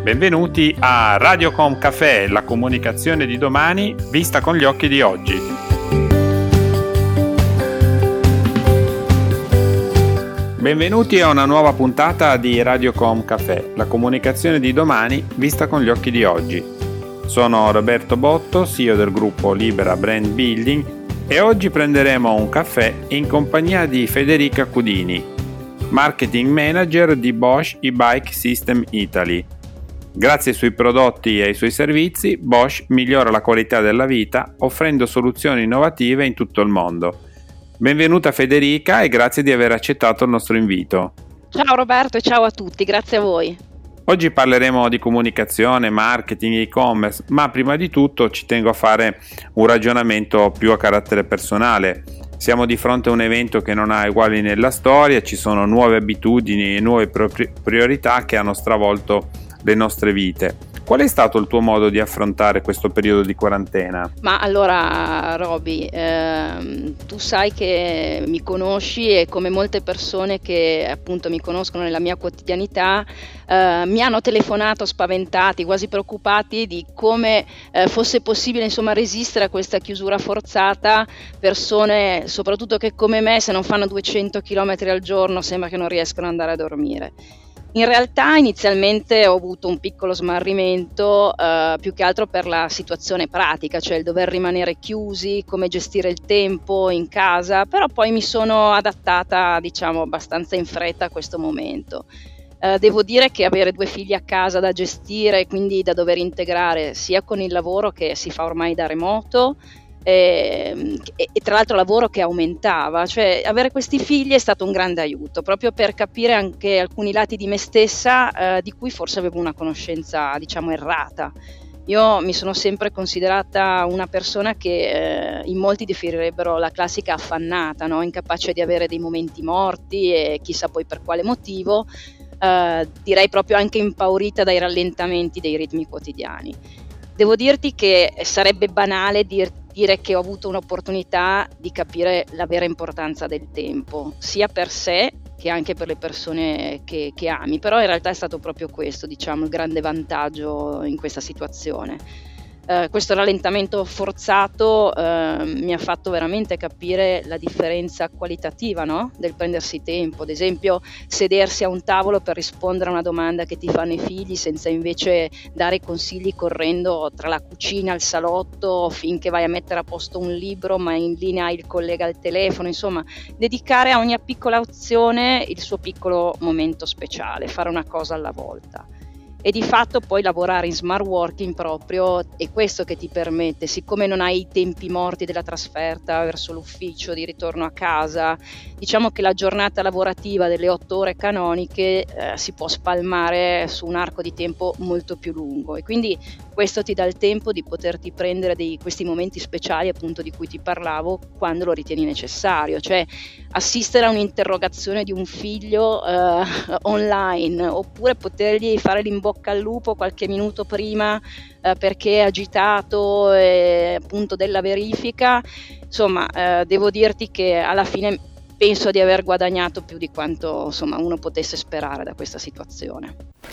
Benvenuti a Radiocom Café, la comunicazione di domani vista con gli occhi di oggi. Benvenuti a una nuova puntata di Radiocom Café, la comunicazione di domani vista con gli occhi di oggi. Sono Roberto Botto, CEO del gruppo Libera Brand Building, e oggi prenderemo un caffè in compagnia di Federica Cudini, Marketing Manager di Bosch e-Bike System Italy. Grazie ai suoi prodotti e ai suoi servizi, Bosch migliora la qualità della vita offrendo soluzioni innovative in tutto il mondo. Benvenuta Federica e grazie di aver accettato il nostro invito. Ciao Roberto e ciao a tutti, grazie a voi. Oggi parleremo di comunicazione, marketing e e-commerce, ma prima di tutto ci tengo a fare un ragionamento più a carattere personale. Siamo di fronte a un evento che non ha uguali nella storia, ci sono nuove abitudini e nuove priorità che hanno stravolto le nostre vite. Qual è stato il tuo modo di affrontare questo periodo di quarantena? Ma allora Roby, tu sai che mi conosci e come molte persone che appunto mi conoscono nella mia quotidianità mi hanno telefonato spaventati, quasi preoccupati di come fosse possibile insomma resistere a questa chiusura forzata, persone soprattutto che come me se non fanno 200 km al giorno sembra che non riescano ad andare a dormire. In realtà inizialmente ho avuto un piccolo smarrimento più che altro per la situazione pratica, cioè il dover rimanere chiusi, come gestire il tempo in casa, però poi mi sono adattata diciamo abbastanza in fretta a questo momento. Devo dire che avere 2 figli a casa da gestire, quindi da dover integrare sia con il lavoro che si fa ormai da remoto, e tra l'altro lavoro che aumentava, cioè avere questi figli è stato un grande aiuto proprio per capire anche alcuni lati di me stessa di cui forse avevo una conoscenza diciamo errata. Io mi sono sempre considerata una persona che in molti definirebbero la classica affannata, no? Incapace di avere dei momenti morti e chissà poi per quale motivo, direi proprio anche impaurita dai rallentamenti dei ritmi quotidiani. Devo dirti che sarebbe banale dire che ho avuto un'opportunità di capire la vera importanza del tempo, sia per sé che anche per le persone che ami, però in realtà è stato proprio questo, diciamo, il grande vantaggio in questa situazione. Questo rallentamento forzato mi ha fatto veramente capire la differenza qualitativa, no? Del prendersi tempo, ad esempio sedersi a un tavolo per rispondere a una domanda che ti fanno i figli senza invece dare consigli correndo tra la cucina, il salotto, finché vai a mettere a posto un libro ma in linea hai il collega al telefono, insomma dedicare a ogni piccola azione il suo piccolo momento speciale, fare una cosa alla volta. E di fatto poi lavorare in smart working proprio è questo che ti permette, siccome non hai i tempi morti della trasferta verso l'ufficio, di ritorno a casa, diciamo che la giornata lavorativa delle 8 ore canoniche si può spalmare su un arco di tempo molto più lungo e quindi questo ti dà il tempo di poterti prendere questi momenti speciali appunto di cui ti parlavo quando lo ritieni necessario, cioè assistere a un'interrogazione di un figlio online oppure potergli fare bocca al lupo qualche minuto prima perché è agitato appunto della verifica, insomma devo dirti che alla fine penso di aver guadagnato più di quanto insomma uno potesse sperare da questa situazione.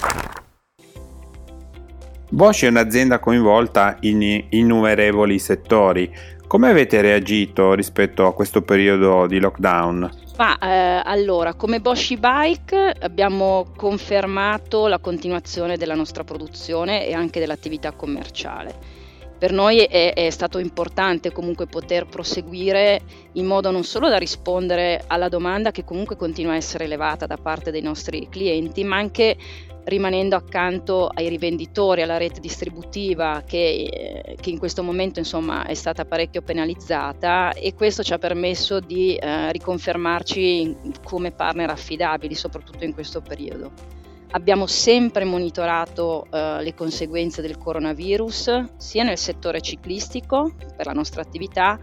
Bosch è un'azienda coinvolta in innumerevoli settori. Come avete reagito rispetto a questo periodo di lockdown? Allora, come Bosch e-Bike abbiamo confermato la continuazione della nostra produzione e anche dell'attività commerciale. Per noi è stato importante comunque poter proseguire in modo non solo da rispondere alla domanda che comunque continua a essere elevata da parte dei nostri clienti, ma anche rimanendo accanto ai rivenditori, alla rete distributiva che in questo momento insomma è stata parecchio penalizzata e questo ci ha permesso di riconfermarci come partner affidabili soprattutto in questo periodo. Abbiamo sempre monitorato le conseguenze del coronavirus sia nel settore ciclistico per la nostra attività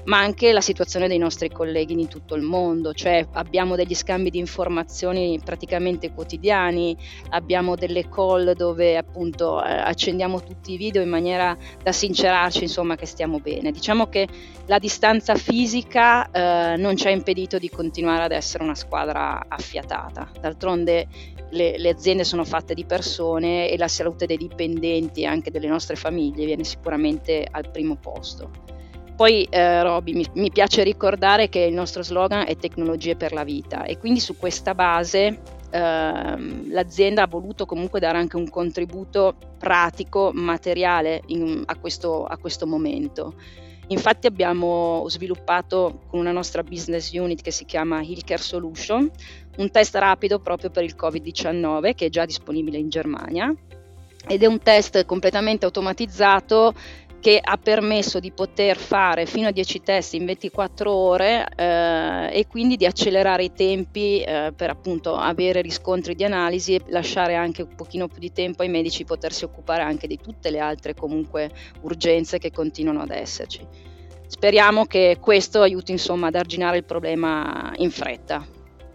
ma anche la situazione dei nostri colleghi in tutto il mondo, cioè abbiamo degli scambi di informazioni praticamente quotidiani, abbiamo delle call dove appunto accendiamo tutti i video in maniera da sincerarci insomma che stiamo bene. Diciamo che la distanza fisica non ci ha impedito di continuare ad essere una squadra affiatata. D'altronde le aziende sono fatte di persone e la salute dei dipendenti e anche delle nostre famiglie viene sicuramente al primo posto. Poi Roby, mi piace ricordare che il nostro slogan è tecnologie per la vita e quindi su questa base l'azienda ha voluto comunque dare anche un contributo pratico, materiale a questo momento. Infatti abbiamo sviluppato con una nostra business unit che si chiama Healthcare Solution un test rapido proprio per il Covid-19 che è già disponibile in Germania ed è un test completamente automatizzato che ha permesso di poter fare fino a 10 test in 24 ore e quindi di accelerare i tempi per appunto avere riscontri di analisi e lasciare anche un pochino più di tempo ai medici potersi occupare anche di tutte le altre comunque urgenze che continuano ad esserci. Speriamo che questo aiuti insomma ad arginare il problema in fretta.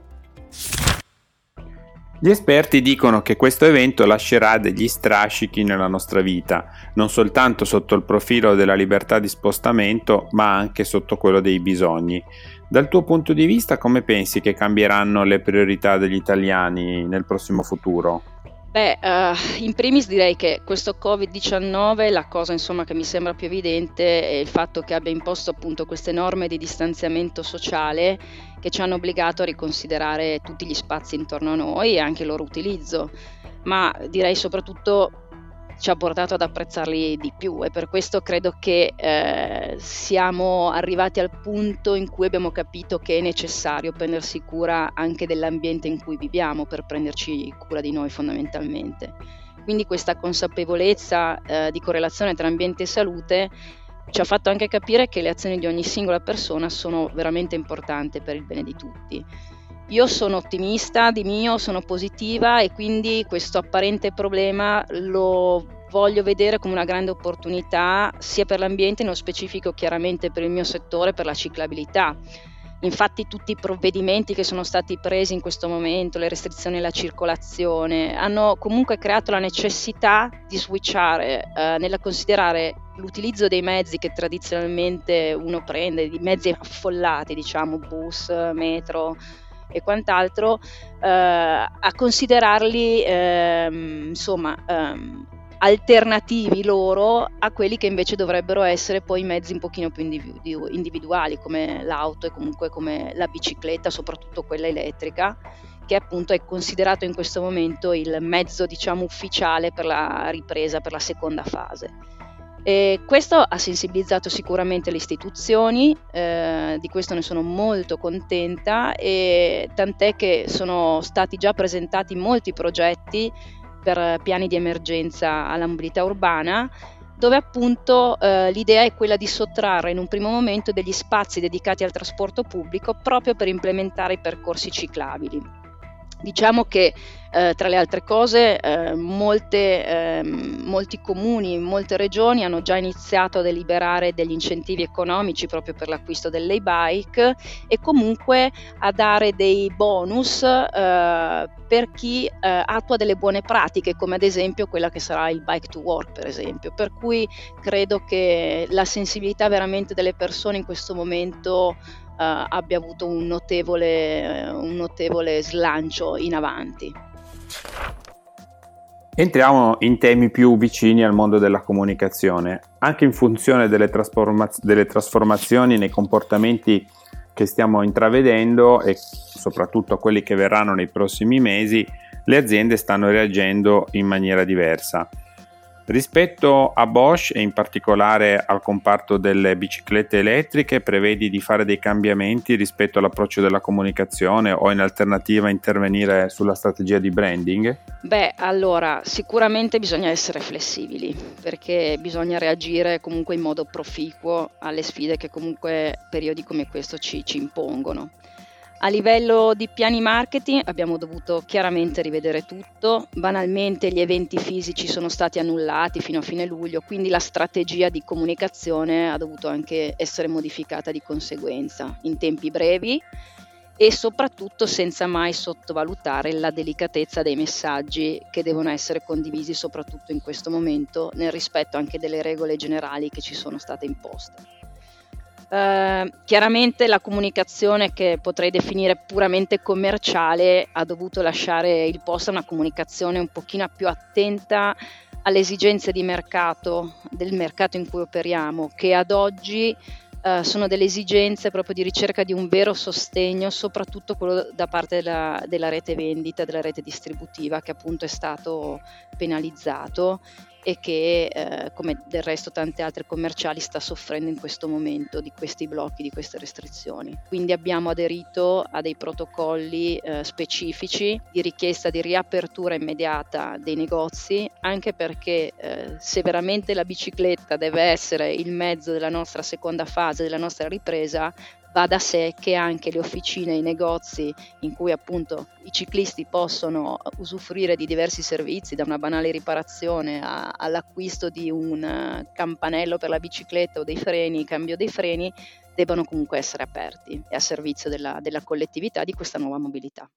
Gli esperti dicono che questo evento lascerà degli strascichi nella nostra vita, non soltanto sotto il profilo della libertà di spostamento, ma anche sotto quello dei bisogni. Dal tuo punto di vista, come pensi che cambieranno le priorità degli italiani nel prossimo futuro? In primis direi che questo Covid-19, la cosa insomma che mi sembra più evidente è il fatto che abbia imposto appunto queste norme di distanziamento sociale che ci hanno obbligato a riconsiderare tutti gli spazi intorno a noi e anche il loro utilizzo, ma direi soprattutto ci ha portato ad apprezzarli di più e per questo credo che siamo arrivati al punto in cui abbiamo capito che è necessario prendersi cura anche dell'ambiente in cui viviamo per prenderci cura di noi fondamentalmente. Quindi questa consapevolezza di correlazione tra ambiente e salute ci ha fatto anche capire che le azioni di ogni singola persona sono veramente importanti per il bene di tutti. Io sono ottimista di mio, sono positiva e quindi questo apparente problema lo voglio vedere come una grande opportunità sia per l'ambiente, nello specifico chiaramente per il mio settore, per la ciclabilità. Infatti tutti i provvedimenti che sono stati presi in questo momento, le restrizioni alla circolazione, hanno comunque creato la necessità di switchare nella considerare l'utilizzo dei mezzi che tradizionalmente uno prende, di mezzi affollati, diciamo bus, metro e quant'altro, a considerarli alternativi loro a quelli che invece dovrebbero essere poi mezzi un pochino più individuali come l'auto e comunque come la bicicletta, soprattutto quella elettrica, che appunto è considerato in questo momento il mezzo diciamo ufficiale per la ripresa, per la seconda fase. E questo ha sensibilizzato sicuramente le istituzioni, di questo ne sono molto contenta e tant'è che sono stati già presentati molti progetti per piani di emergenza alla mobilità urbana, dove appunto l'idea è quella di sottrarre in un primo momento degli spazi dedicati al trasporto pubblico proprio per implementare i percorsi ciclabili. Diciamo che tra le altre cose molti comuni, molte regioni hanno già iniziato a deliberare degli incentivi economici proprio per l'acquisto dell'e-bike e comunque a dare dei bonus per chi attua delle buone pratiche, come ad esempio quella che sarà il bike to work per esempio, per cui credo che la sensibilità veramente delle persone in questo momento abbia avuto un notevole slancio in avanti. Entriamo in temi più vicini al mondo della comunicazione, anche in funzione delle trasformazioni nei comportamenti che stiamo intravedendo e soprattutto a quelli che verranno nei prossimi mesi. Le aziende stanno reagendo in maniera diversa. Rispetto a Bosch e in particolare al comparto delle biciclette elettriche, prevedi di fare dei cambiamenti rispetto all'approccio della comunicazione o in alternativa intervenire sulla strategia di branding? Allora, sicuramente bisogna essere flessibili perché bisogna reagire comunque in modo proficuo alle sfide che comunque periodi come questo ci impongono. A livello di piani marketing abbiamo dovuto chiaramente rivedere tutto, banalmente gli eventi fisici sono stati annullati fino a fine luglio, quindi la strategia di comunicazione ha dovuto anche essere modificata di conseguenza in tempi brevi e soprattutto senza mai sottovalutare la delicatezza dei messaggi che devono essere condivisi soprattutto in questo momento, nel rispetto anche delle regole generali che ci sono state imposte. Chiaramente la comunicazione, che potrei definire puramente commerciale, ha dovuto lasciare il posto a una comunicazione un pochino più attenta alle esigenze di mercato, del mercato in cui operiamo, che ad oggi sono delle esigenze proprio di ricerca di un vero sostegno, soprattutto quello da parte della rete vendita, della rete distributiva, che appunto è stato penalizzato e che come del resto tante altre commerciali sta soffrendo in questo momento di questi blocchi, di queste restrizioni. Quindi abbiamo aderito a dei protocolli specifici di richiesta di riapertura immediata dei negozi, anche perché se veramente la bicicletta deve essere il mezzo della nostra seconda fase, della nostra ripresa, va da sé che anche le officine, i negozi in cui appunto i ciclisti possono usufruire di diversi servizi, da una banale riparazione all'acquisto di un campanello per la bicicletta o dei freni, cambio dei freni, debbano comunque essere aperti e a servizio della collettività di questa nuova mobilità.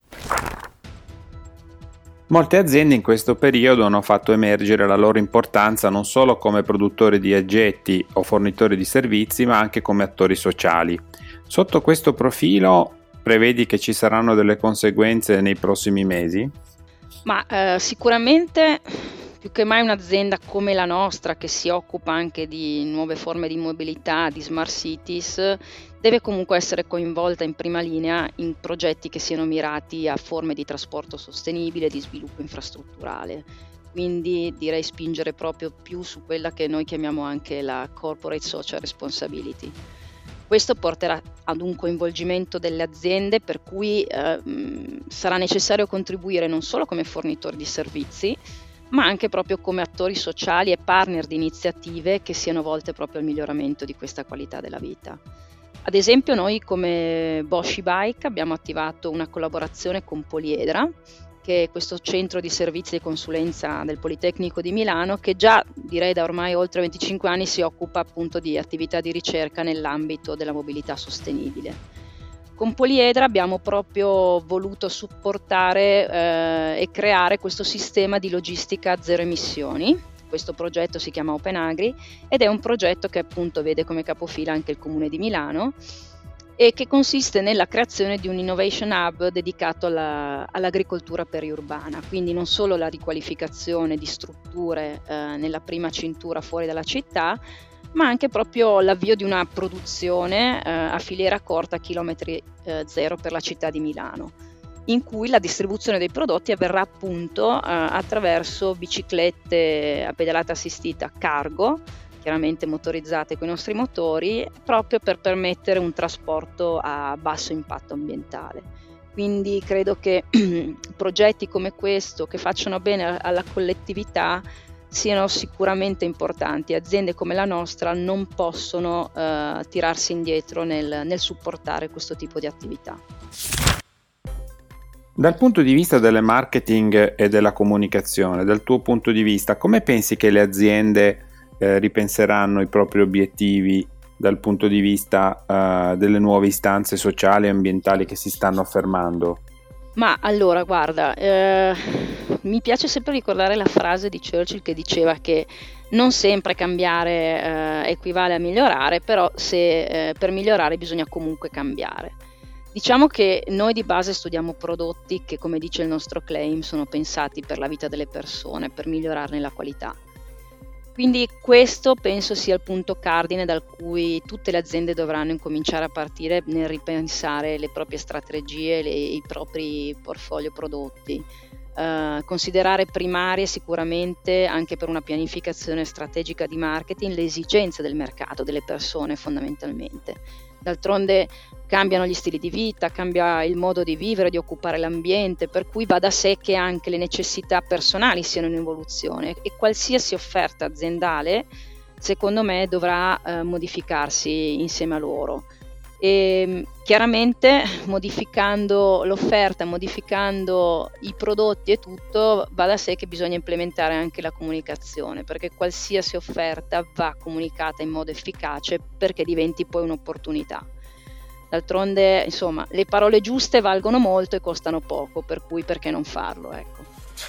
Molte aziende in questo periodo hanno fatto emergere la loro importanza non solo come produttori di oggetti o fornitori di servizi, ma anche come attori sociali. Sotto questo profilo prevedi che ci saranno delle conseguenze nei prossimi mesi? Ma sicuramente più che mai un'azienda come la nostra, che si occupa anche di nuove forme di mobilità, di smart cities, deve comunque essere coinvolta in prima linea in progetti che siano mirati a forme di trasporto sostenibile, di sviluppo infrastrutturale. Quindi direi spingere proprio più su quella che noi chiamiamo anche la corporate social responsibility. Questo porterà ad un coinvolgimento delle aziende, per cui sarà necessario contribuire non solo come fornitori di servizi, ma anche proprio come attori sociali e partner di iniziative che siano volte proprio al miglioramento di questa qualità della vita. Ad esempio noi come Bosch Bike abbiamo attivato una collaborazione con Poliedra, che è questo centro di servizi e consulenza del Politecnico di Milano, che già direi da ormai oltre 25 anni si occupa appunto di attività di ricerca nell'ambito della mobilità sostenibile. Con Poliedra abbiamo proprio voluto supportare e creare questo sistema di logistica zero emissioni. Questo progetto si chiama Open Agri ed è un progetto che appunto vede come capofila anche il Comune di Milano e che consiste nella creazione di un innovation hub dedicato all'agricoltura periurbana, quindi non solo la riqualificazione di strutture nella prima cintura fuori dalla città, ma anche proprio l'avvio di una produzione a filiera corta a chilometri zero per la città di Milano, in cui la distribuzione dei prodotti avverrà appunto attraverso biciclette a pedalata assistita cargo, chiaramente motorizzate con i nostri motori, proprio per permettere un trasporto a basso impatto ambientale. Quindi credo che progetti come questo, che facciano bene alla collettività, siano sicuramente importanti. Aziende come la nostra non possono tirarsi indietro nel supportare questo tipo di attività. Dal punto di vista del marketing e della comunicazione, dal tuo punto di vista, come pensi che le aziende ripenseranno i propri obiettivi dal punto di vista delle nuove istanze sociali e ambientali che si stanno affermando? Ma allora, guarda, mi piace sempre ricordare la frase di Churchill che diceva che non sempre cambiare equivale a migliorare, però per migliorare bisogna comunque cambiare. Diciamo che noi di base studiamo prodotti che, come dice il nostro claim, sono pensati per la vita delle persone, per migliorarne la qualità. Quindi questo penso sia il punto cardine dal cui tutte le aziende dovranno incominciare a partire nel ripensare le proprie strategie, i propri portfolio prodotti. Considerare primarie sicuramente anche per una pianificazione strategica di marketing le esigenze del mercato, delle persone fondamentalmente. D'altronde cambiano gli stili di vita, cambia il modo di vivere, di occupare l'ambiente, per cui va da sé che anche le necessità personali siano in evoluzione e qualsiasi offerta aziendale, secondo me, dovrà modificarsi insieme a loro. E chiaramente modificando l'offerta, modificando i prodotti e tutto, va da sé che bisogna implementare anche la comunicazione, perché qualsiasi offerta va comunicata in modo efficace perché diventi poi un'opportunità. D'altronde, insomma, le parole giuste valgono molto e costano poco, per cui perché non farlo, ecco.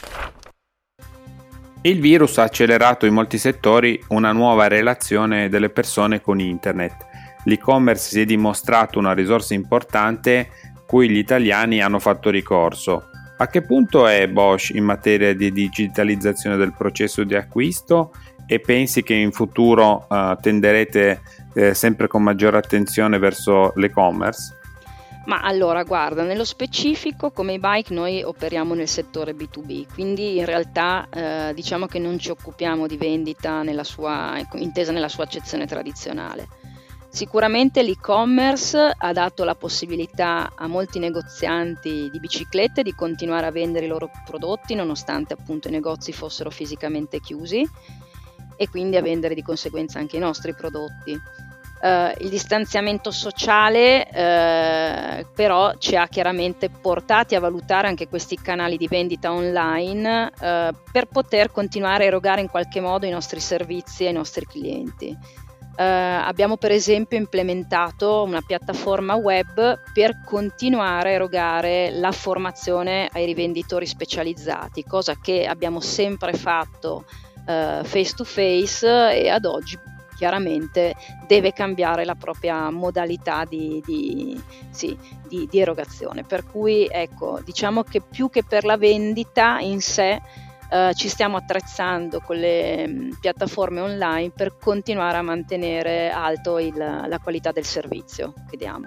Il virus ha accelerato in molti settori una nuova relazione delle persone con internet. L'e-commerce si è dimostrato una risorsa importante cui gli italiani hanno fatto ricorso. A che punto è Bosch in materia di digitalizzazione del processo di acquisto e pensi che in futuro tenderete sempre con maggiore attenzione verso l'e-commerce? Ma allora, guarda, nello specifico come bike noi operiamo nel settore B2B, quindi in realtà diciamo che non ci occupiamo di vendita intesa nella sua accezione tradizionale. Sicuramente l'e-commerce ha dato la possibilità a molti negozianti di biciclette di continuare a vendere i loro prodotti nonostante appunto i negozi fossero fisicamente chiusi e quindi a vendere di conseguenza anche i nostri prodotti. Il distanziamento sociale però ci ha chiaramente portati a valutare anche questi canali di vendita online per poter continuare a erogare in qualche modo i nostri servizi ai nostri clienti. Abbiamo per esempio implementato una piattaforma web per continuare a erogare la formazione ai rivenditori specializzati, cosa che abbiamo sempre fatto face to face e ad oggi chiaramente deve cambiare la propria modalità di erogazione. Per cui ecco, diciamo che più che per la vendita in sé ci stiamo attrezzando con le piattaforme online per continuare a mantenere alto la qualità del servizio che diamo.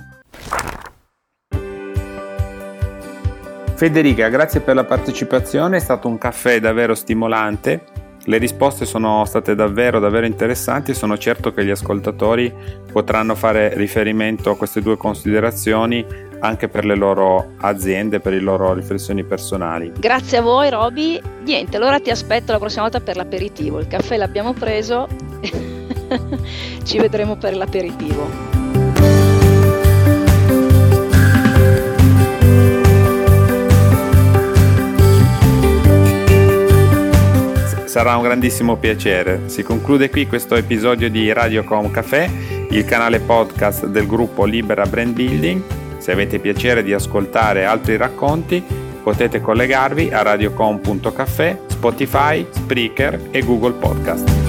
Federica, grazie per la partecipazione, è stato un caffè davvero stimolante. Le risposte sono state davvero interessanti e sono certo che gli ascoltatori potranno fare riferimento a queste due considerazioni anche per le loro aziende, per le loro riflessioni personali. Grazie a voi Roby, niente, allora ti aspetto la prossima volta per l'aperitivo, il caffè l'abbiamo preso, ci vedremo per l'aperitivo. Sarà un grandissimo piacere. Si conclude qui questo episodio di Radiocom Café, il canale podcast del gruppo Libera Brand Building. Se avete piacere di ascoltare altri racconti, potete collegarvi a radiocom.café, Spotify, Spreaker e Google Podcast.